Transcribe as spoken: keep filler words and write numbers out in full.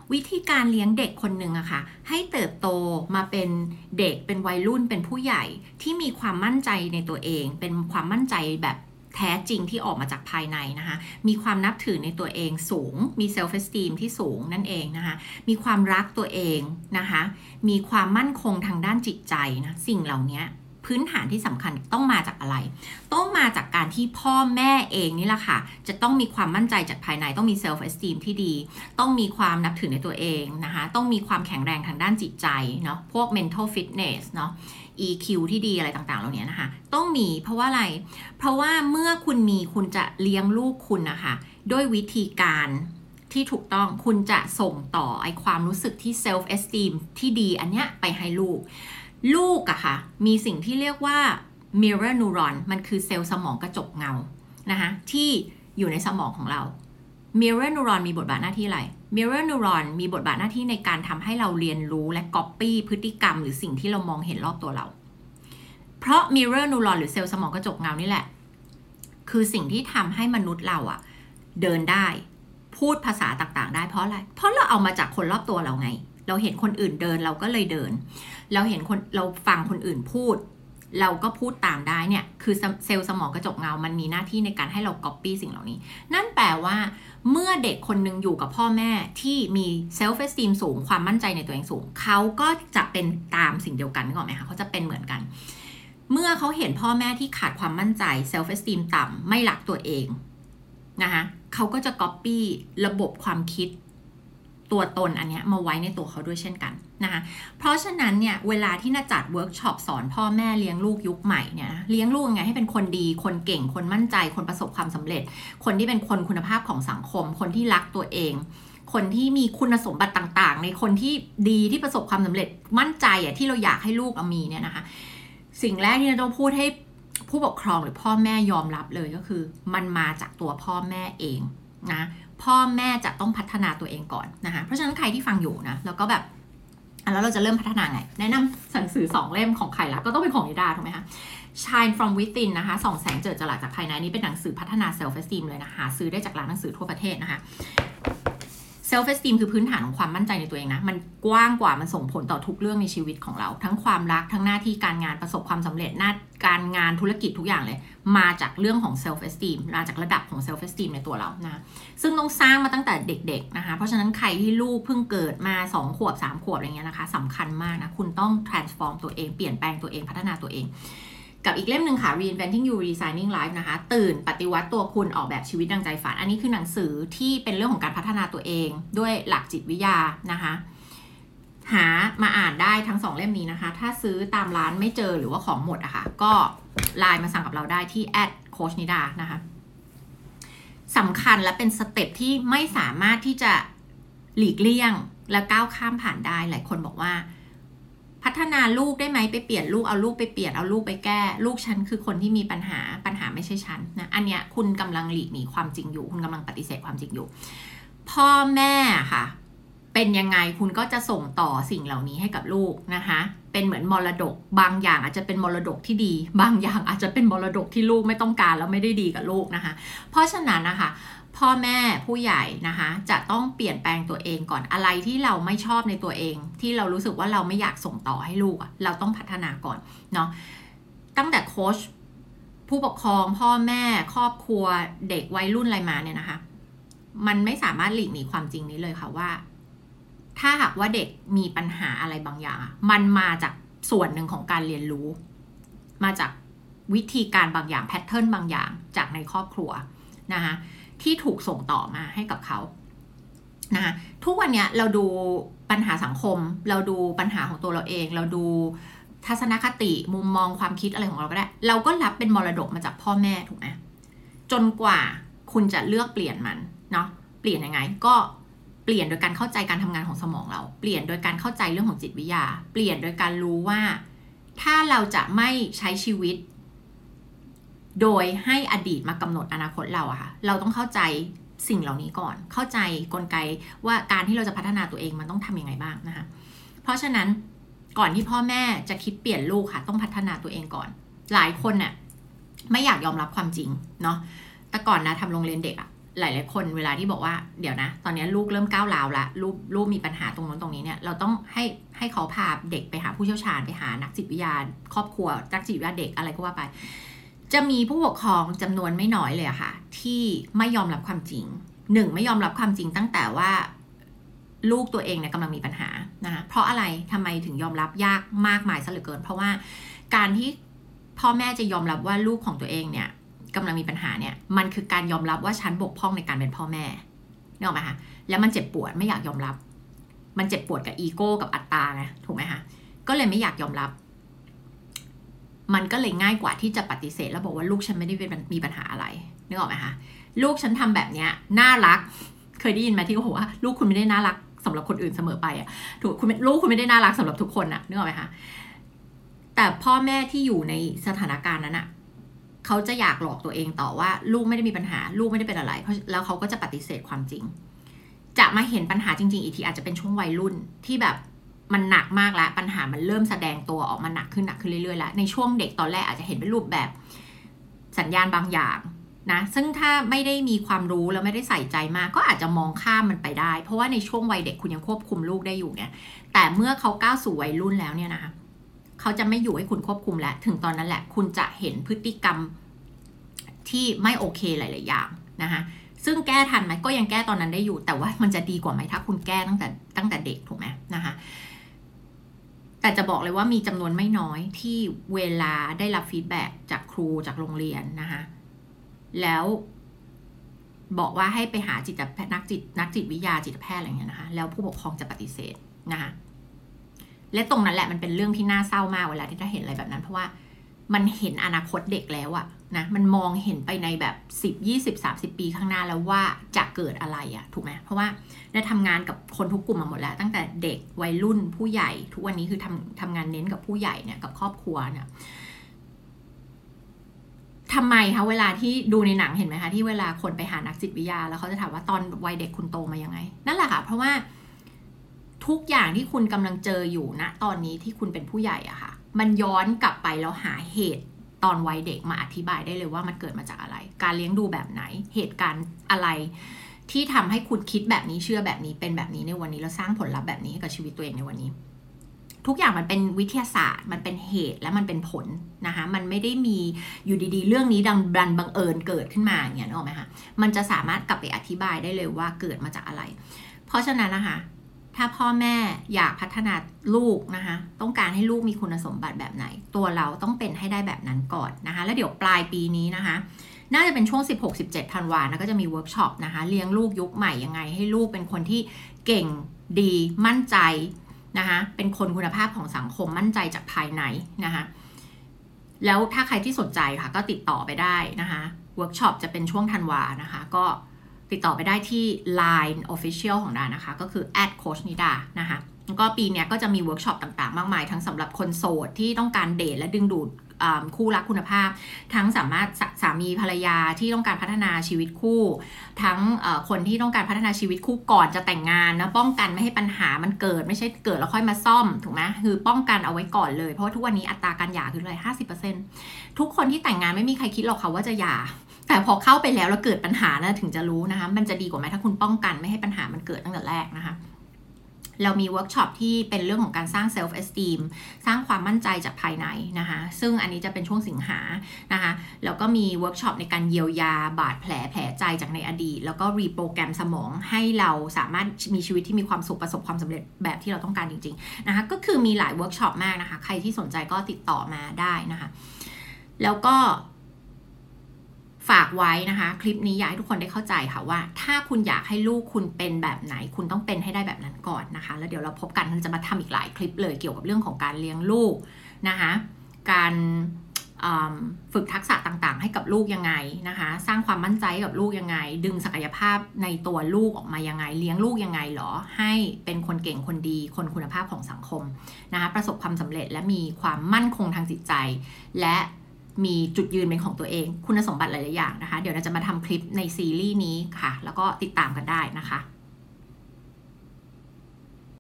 วิธีการเลี้ยงเด็กคนหนึ่งอะค่ะให้เติบโตมาเป็นเด็กเป็นวัยรุ่นเป็นผู้ใหญ่ที่มีความมั่นใจในตัวเองเป็นความมั่นใจแบบแท้จริงที่ออกมาจากภายในนะคะมีความนับถือในตัวเองสูงมีเซลฟ์เอสตีมที่สูงนั่นเองนะคะมีความรักตัวเองนะคะมีความมั่นคงทางด้านจิตใจนะสิ่งเหล่านี้พื้นฐานที่สำคัญต้องมาจากอะไรต้องมาจากการที่พ่อแม่เองนี่แหละค่ะจะต้องมีความมั่นใจจากภายในต้องมีเซลฟ์เอสตีมที่ดีต้องมีความนับถือในตัวเองนะคะต้องมีความแข็งแรงทางด้านจิตใจเนาะพวก mental fitness เนาะ อี คิว ที่ดีอะไรต่างๆเหล่านี้นะคะต้องมีเพราะว่าอะไรเพราะว่าเมื่อคุณมีคุณจะเลี้ยงลูกคุณนะคะด้วยวิธีการที่ถูกต้องคุณจะส่งต่อไอความรู้สึกที่ self esteem ที่ดีอันเนี้ยไปให้ลูกลูกอะค่ะมีสิ่งที่เรียกว่า mirror neuron มันคือเซลล์สมองกระจกเงานะคะที่อยู่ในสมองของเรา mirror neuron มีบทบาทหน้าที่อะไร mirror neuron มีบทบาทหน้าที่ในการทำให้เราเรียนรู้และ copy พฤติกรรมหรือสิ่งที่เรามองเห็นรอบตัวเราเพราะ mirror neuron หรือเซลล์สมองกระจกเงานี่แหละคือสิ่งที่ทำให้มนุษย์เราอะเดินได้พูดภาษาต่างๆได้เพราะอะไรเพราะเราเอามาจากคนรอบตัวเราไงเราเห็นคนอื่นเดินเราก็เลยเดินเราเห็นคนเราฟังคนอื่นพูดเราก็พูดตามได้เนี่ยคือเซลล์สมองกระจกเงามันมีหน้าที่ในการให้เรา copy สิ่งเหล่านี้นั่นแปลว่าเมื่อเด็กคนหนึ่งอยู่กับพ่อแม่ที่มี self esteem สูงความมั่นใจในตัวเองสูงเขาก็จะเป็นตามสิ่งเดียวกันนึกออกไหมคะเขาจะเป็นเหมือนกันเมื่อเขาเห็นพ่อแม่ที่ขาดความมั่นใจ self esteem ต่ำไม่รักตัวเองนะคะเขาก็จะ copy ระบบความคิดตัวตนอันนี้มาไว้ในตัวเขาด้วยเช่นกันนะคะเพราะฉะนั้นเนี่ยเวลาที่น่าจัดเวิร์กช็อปสอนพ่อแม่เลี้ยงลูกยุคใหม่เนี่ยเลี้ยงลูกยังไงให้เป็นคนดีคนเก่งคนมั่นใจคนประสบความสำเร็จคนที่เป็นคนคุณภาพของสังคมคนที่รักตัวเองคนที่มีคุณสมบัติต่างๆในคนที่ดีที่ประสบความสำเร็จมั่นใจอ่ะที่เราอยากให้ลูกมีเนี่ยนะคะสิ่งแรกที่เราต้องพูดให้ผู้ปกครองหรือพ่อแม่ยอมรับเลยก็คือมันมาจากตัวพ่อแม่เองนะพ่อแม่จะต้องพัฒนาตัวเองก่อนนะคะเพราะฉะนั้นใครที่ฟังอยู่นะแล้วก็แบบแล้วเราจะเริ่มพัฒนาไงแนะนำหนังสือสองเล่มของใครละก็ต้องเป็นของนิดาถูกไหมคะ Shine from within นะคะส่องแสงเจิดจรัสจากภายในนี้เป็นหนังสือพัฒนา self esteem เลยนะคะซื้อได้จากร้านหนังสือทั่วประเทศนะคะ self esteem คือพื้นฐานของความมั่นใจในตัวเองนะมันกว้างกว่ามันส่งผลต่อทุกเรื่องในชีวิตของเราทั้งความรักทั้งหน้าที่การงานประสบความสำเร็จหน้าการงานธุรกิจทุกอย่างเลยมาจากเรื่องของ self esteem มาจากระดับของ self esteem ในตัวเรานะซึ่งต้องสร้างมาตั้งแต่เด็กๆนะคะเพราะฉะนั้นใครที่ลูกเพิ่งเกิดมาสองขวบสามขวบอะไรเงี้ยนะคะสำคัญมากนะคุณต้อง transform ตัวเองเปลี่ยนแปลงตัวเองพัฒนาตัวเองกับอีกเล่มหนึ่งค่ะ Reinventing You Redesigning Life นะคะตื่นปฏิวัติตัวคุณออกแบบชีวิตดังใจฝันอันนี้คือหนังสือที่เป็นเรื่องของการพัฒนาตัวเองด้วยหลักจิตวิทยานะคะหามาอ่านได้ทั้งสองเล่มนี้นะคะถ้าซื้อตามร้านไม่เจอหรือว่าของหมดอะค่ะก็ไลน์มาสั่งกับเราได้ที่ แอท โค้ชนิดา นะคะสำคัญและเป็นสเต็ปที่ไม่สามารถที่จะหลีกเลี่ยงและก้าวข้ามผ่านได้หลายคนบอกว่าพัฒนาลูกได้ไหมไปเปลี่ยนลูกเอาลูกไปเปลี่ยนเอาลูกไปแก้ลูกฉันคือคนที่มีปัญหาปัญหาไม่ใช่ฉันนะอันเนี้ยคุณกำลังหลีกหนีความจริงอยู่คุณกำลังปฏิเสธความจริงอยู่พ่อแม่ค่ะเป็นยังไงคุณก็จะส่งต่อสิ่งเหล่านี้ให้กับลูกนะคะเป็นเหมือนมรดกบางอย่างอาจจะเป็นมรดกที่ดีบางอย่างอาจจะเป็นมรดกที่ลูกไม่ต้องการแล้วไม่ได้ดีกับลูกนะคะเพราะฉะนั้นนะคะพ่อแม่ผู้ใหญ่นะคะจะต้องเปลี่ยนแปลงตัวเองก่อนอะไรที่เราไม่ชอบในตัวเองที่เรารู้สึกว่าเราไม่อยากส่งต่อให้ลูกเราต้องพัฒนาก่อนเนาะตั้งแต่โค้ชผู้ปกครองพ่อแม่ครอบครัวเด็กวัยรุ่นอะไรมาเนี่ยนะคะมันไม่สามารถหลีกหนีความจริงนี้เลยค่ะว่าถ้าหากว่าเด็กมีปัญหาอะไรบางอย่างมันมาจากส่วนหนึ่งของการเรียนรู้มาจากวิธีการบางอย่างแพทเทิร์นบางอย่างจากในครอบครัวนะคะที่ถูกส่งต่อมาให้กับเขานะคะทุกวันนี้เราดูปัญหาสังคมเราดูปัญหาของตัวเราเองเราดูทัศนคติมุมมองความคิดอะไรของเราก็ได้เราก็รับเป็นมรดกมาจากพ่อแม่ถูกไหมจนกว่าคุณจะเลือกเปลี่ยนมันเนาะเปลี่ยนยังไงก็เปลี่ยนโดยการเข้าใจการทำงานของสมองเราเปลี่ยนโดยการเข้าใจเรื่องของจิตวิทยาเปลี่ยนโดยการรู้ว่าถ้าเราจะไม่ใช้ชีวิตโดยให้อดีตมากำหนดอนาคตเราอะค่ะเราต้องเข้าใจสิ่งเหล่านี้ก่อนเข้าใจกลไกว่าการที่เราจะพัฒนาตัวเองมันต้องทำยังไงบ้างนะคะเพราะฉะนั้นก่อนที่พ่อแม่จะคิดเปลี่ยนลูกค่ะต้องพัฒนาตัวเองก่อนหลายคนเนี่ยไม่อยากยอมรับความจริงเนาะแต่ก่อนนะทำโรงเรียนเด็กอะหลายๆคนเวลาที่บอกว่าเดี๋ยวนะตอนนี้ลูกเริ่มก้าวร้าวละลูกลูกมีปัญหาตรงนั้นตรงนี้เนี่ยเราต้องให้ให้เขาพาเด็กไปหาผู้เชี่ยวชาญไปหานักจิตวิทยาครอบครัวนักจิตวิทยาเด็กอะไรก็ว่าไปจะมีผู้ปกครองจำนวนไม่น้อยเลยอะค่ะที่ไม่ยอมรับความจริงหนึ่งไม่ยอมรับความจริงตั้งแต่ว่าลูกตัวเองเนี่ยกำลังมีปัญหานะคะเพราะอะไรทำไมถึงยอมรับยากมากมายซะเหลือเกินเพราะว่าการที่พ่อแม่จะยอมรับว่าลูกของตัวเองเนี่ยกำลังมีปัญหาเนี่ยมันคือการยอมรับว่าฉันบกพร่องในการเป็นพ่อแม่นึกออกไหมคะแล้วมันเจ็บปวดไม่อยากยอมรับมันเจ็บปวดกับอีโก้กับอัตตาไงถูกไหมคะก็เลยไม่อยากยอมรับมันก็เลยง่ายกว่าที่จะปฏิเสธแล้วบอกว่าลูกฉันไม่ได้มีปัญหาอะไรนึกออกไหมคะลูกฉันทำแบบเนี้ยน่ารักเคยได้ยินไหมที่เขาบอกว่าลูกคุณไม่ได้น่ารักสำหรับคนอื่นเสมอไปอ่ะถูกคุณลูกคุณไม่ได้น่ารักสำหรับทุกคนอ่ะนึกออกไหมคะแต่พ่อแม่ที่อยู่ในสถานการณ์นั้นอ่ะเขาจะอยากหลอกตัวเองต่อว่าลูกไม่ได้มีปัญหาลูกไม่ได้เป็นอะไรเพราะแล้วเขาก็จะปฏิเสธความจริงจะมาเห็นปัญหาจริงๆอีกทีอาจจะเป็นช่วงวัยรุ่นที่แบบมันหนักมากแล้วปัญหามันเริ่มแสดงตัวออกมาหนักขึ้นหนักขึ้นเรื่อยๆแล้วในช่วงเด็กตอนแรกอาจจะเห็นเป็นรูปแบบสัญญาณบางอย่างนะซึ่งถ้าไม่ได้มีความรู้แล้วไม่ได้ใส่ใจมากก็อาจจะมองข้ามมันไปได้เพราะว่าในช่วงวัยเด็กคุณยังควบคุมลูกได้อยู่เนี่ยแต่เมื่อเขาก้าวสู่วัยรุ่นแล้วเนี่ยนะคะเขาจะไม่อยู่ให้คุณควบคุมแล้วถึงตอนนั้นแหละคุณจะเห็นพฤติกรรมที่ไม่โอเคหลายๆอย่างนะคะซึ่งแก้ทันไหมก็ยังแก้ตอนนั้นได้อยู่แต่ว่ามันจะดีกว่าไหมถ้าคุณแก้ตั้งแต่ตั้งแต่เด็กถูกไหมนะคะแต่จะบอกเลยว่ามีจำนวนไม่น้อยที่เวลาได้รับฟีดแบ็กจากครูจากโรงเรียนนะคะแล้วบอกว่าให้ไปหาจิตแพทย์นักจิตนักจิตวิทยาจิตแพทย์อะไรเงี้ยนะคะแล้วผู้ปกครองจะปฏิเสธนะคะและตรงนั้นแหละมันเป็นเรื่องที่น่าเศร้ามากเวลาที่ถ้าเห็นอะไรแบบนั้นเพราะว่ามันเห็นอนาคตเด็กแล้วอะนะมันมองเห็นไปในแบบสิบ ยี่สิบ สามสิบปีข้างหน้าแล้วว่าจะเกิดอะไรอะถูกไหมเพราะว่าได้ทำงานกับคนทุกกลุ่มมาหมดแล้วตั้งแต่เด็กวัยรุ่นผู้ใหญ่ทุกวันนี้คือทำทำงานเน้นกับผู้ใหญ่เนี่ยกับครอบครัวเนี่ยทำไมคะเวลาที่ดูในหนังเห็นไหมคะที่เวลาคนไปหานักจิตวิทยาแล้วเขาจะถามว่าตอนวัยเด็กคุณโตมายังไงนั่นแหละค่ะเพราะว่าทุกอย่างที่คุณกำลังเจออยู่ณตอนนี้ที่คุณเป็นผู้ใหญ่อะค่ะมันย้อนกลับไปแล้วหาเหตุตอนวัยเด็กมาอธิบายได้เลยว่ามันเกิดมาจากอะไรการเลี้ยงดูแบบไหนเหตุการณ์อะไรที่ทำให้คุณคิดแบบนี้เชื่อแบบนี้เป็นแบบนี้ในวันนี้แล้วสร้างผลลัพธ์แบบนี้ให้กับชีวิตตัวเองในวันนี้ทุกอย่างมันเป็นวิทยาศาสตร์มันเป็นเหตุและมันเป็นผลนะคะมันไม่ได้มีอยู่ดีๆเรื่องนี้ดังดันบังเอิญเกิดขึ้นมาอย่างเงี้ยนึกออกไหมคะมันจะสามารถกลับไปอธิบายได้เลยว่าเกิดมาจากอะไรเพราะฉะนั้นนะคะถ้าพ่อแม่อยากพัฒนาลูกนะคะต้องการให้ลูกมีคุณสมบัติแบบไหนตัวเราต้องเป็นให้ได้แบบนั้นก่อนนะคะแล้วเดี๋ยวปลายปีนี้นะคะน่าจะเป็นช่วง สิบหก สิบเจ็ด ธันวาคมนะก็จะมีเวิร์กช็อปนะคะเลี้ยงลูกยุคใหม่ยังไงให้ลูกเป็นคนที่เก่งดีมั่นใจนะคะเป็นคนคุณภาพของสังคมมั่นใจจากภายในนะคะแล้วถ้าใครที่สนใจค่ะก็ติดต่อไปได้นะคะเวิร์กช็อปจะเป็นช่วงธันวานะคะก็ติดต่อไปได้ที่ ไลน์ Official ของดานะคะก็คือ แอท โค้ชนิดา นะคะแล้วก็ปีนี้ก็จะมีเวิร์กช็อปต่างๆมากมายทั้งสำหรับคนโสดที่ต้องการเดทและดึงดูดคู่รักคุณภาพทั้งสามารถสามีภรรยาที่ต้องการพัฒนาชีวิตคู่ทั้งคนที่ต้องการพัฒนาชีวิตคู่ก่อนจะแต่งงานนะป้องกันไม่ให้ปัญหามันเกิดไม่ใช่เกิดแล้วค่อยมาซ่อมถูกไหมคือป้องกันเอาไว้ก่อนเลยเพราะว่าทุกวันนี้อัตราการหย่าคือเลย ห้าสิบเปอร์เซ็นต์ ทุกคนที่แต่งงานไม่มีใครคิดหรอกค่ะว่าจะหย่าแต่พอเข้าไปแล้วแล้วเกิดปัญหานะถึงจะรู้นะคะมันจะดีกว่าไหมถ้าคุณป้องกันไม่ให้ปัญหามันเกิดตั้งแต่แรกนะคะเรามีเวิร์กช็อปที่เป็นเรื่องของการสร้างเซลฟ์เอสตีมสร้างความมั่นใจจากภายในนะคะซึ่งอันนี้จะเป็นช่วงสิงหานะคะแล้วก็มีเวิร์กช็อปในการเยียวยาบาดแผลแผลใจจากในอดีตแล้วก็รีโปรแกรมสมองให้เราสามารถมีชีวิตที่มีความสุขประสบความสำเร็จแบบที่เราต้องการจริงๆนะคะก็คือมีหลายเวิร์กช็อปมากนะคะใครที่สนใจก็ติดต่อมาได้นะคะแล้วก็ฝากไว้นะคะคลิปนี้อยากให้ทุกคนได้เข้าใจค่ะว่าถ้าคุณอยากให้ลูกคุณเป็นแบบไหนคุณต้องเป็นให้ได้แบบนั้นก่อนนะคะแล้วเดี๋ยวเราพบกันเราจะมาทำอีกหลายคลิปเลยเกี่ยวกับเรื่องของการเลี้ยงลูกนะคะการฝึกทักษะต่างๆให้กับลูกยังไงนะคะสร้างความมั่นใจกับลูกยังไงดึงศักยภาพในตัวลูกออกมายังไงเลี้ยงลูกยังไงหรอให้เป็นคนเก่งคนดีคนคุณภาพของสังคมนะคะประสบความสำเร็จและมีความมั่นคงทางจิตใจและมีจุดยืนเป็นของตัวเองคุณสมบัติหลายๆอย่างนะคะเดี๋ยวเราจะมาทำคลิปในซีรีส์นี้ค่ะแล้วก็ติดตามกันได้นะคะ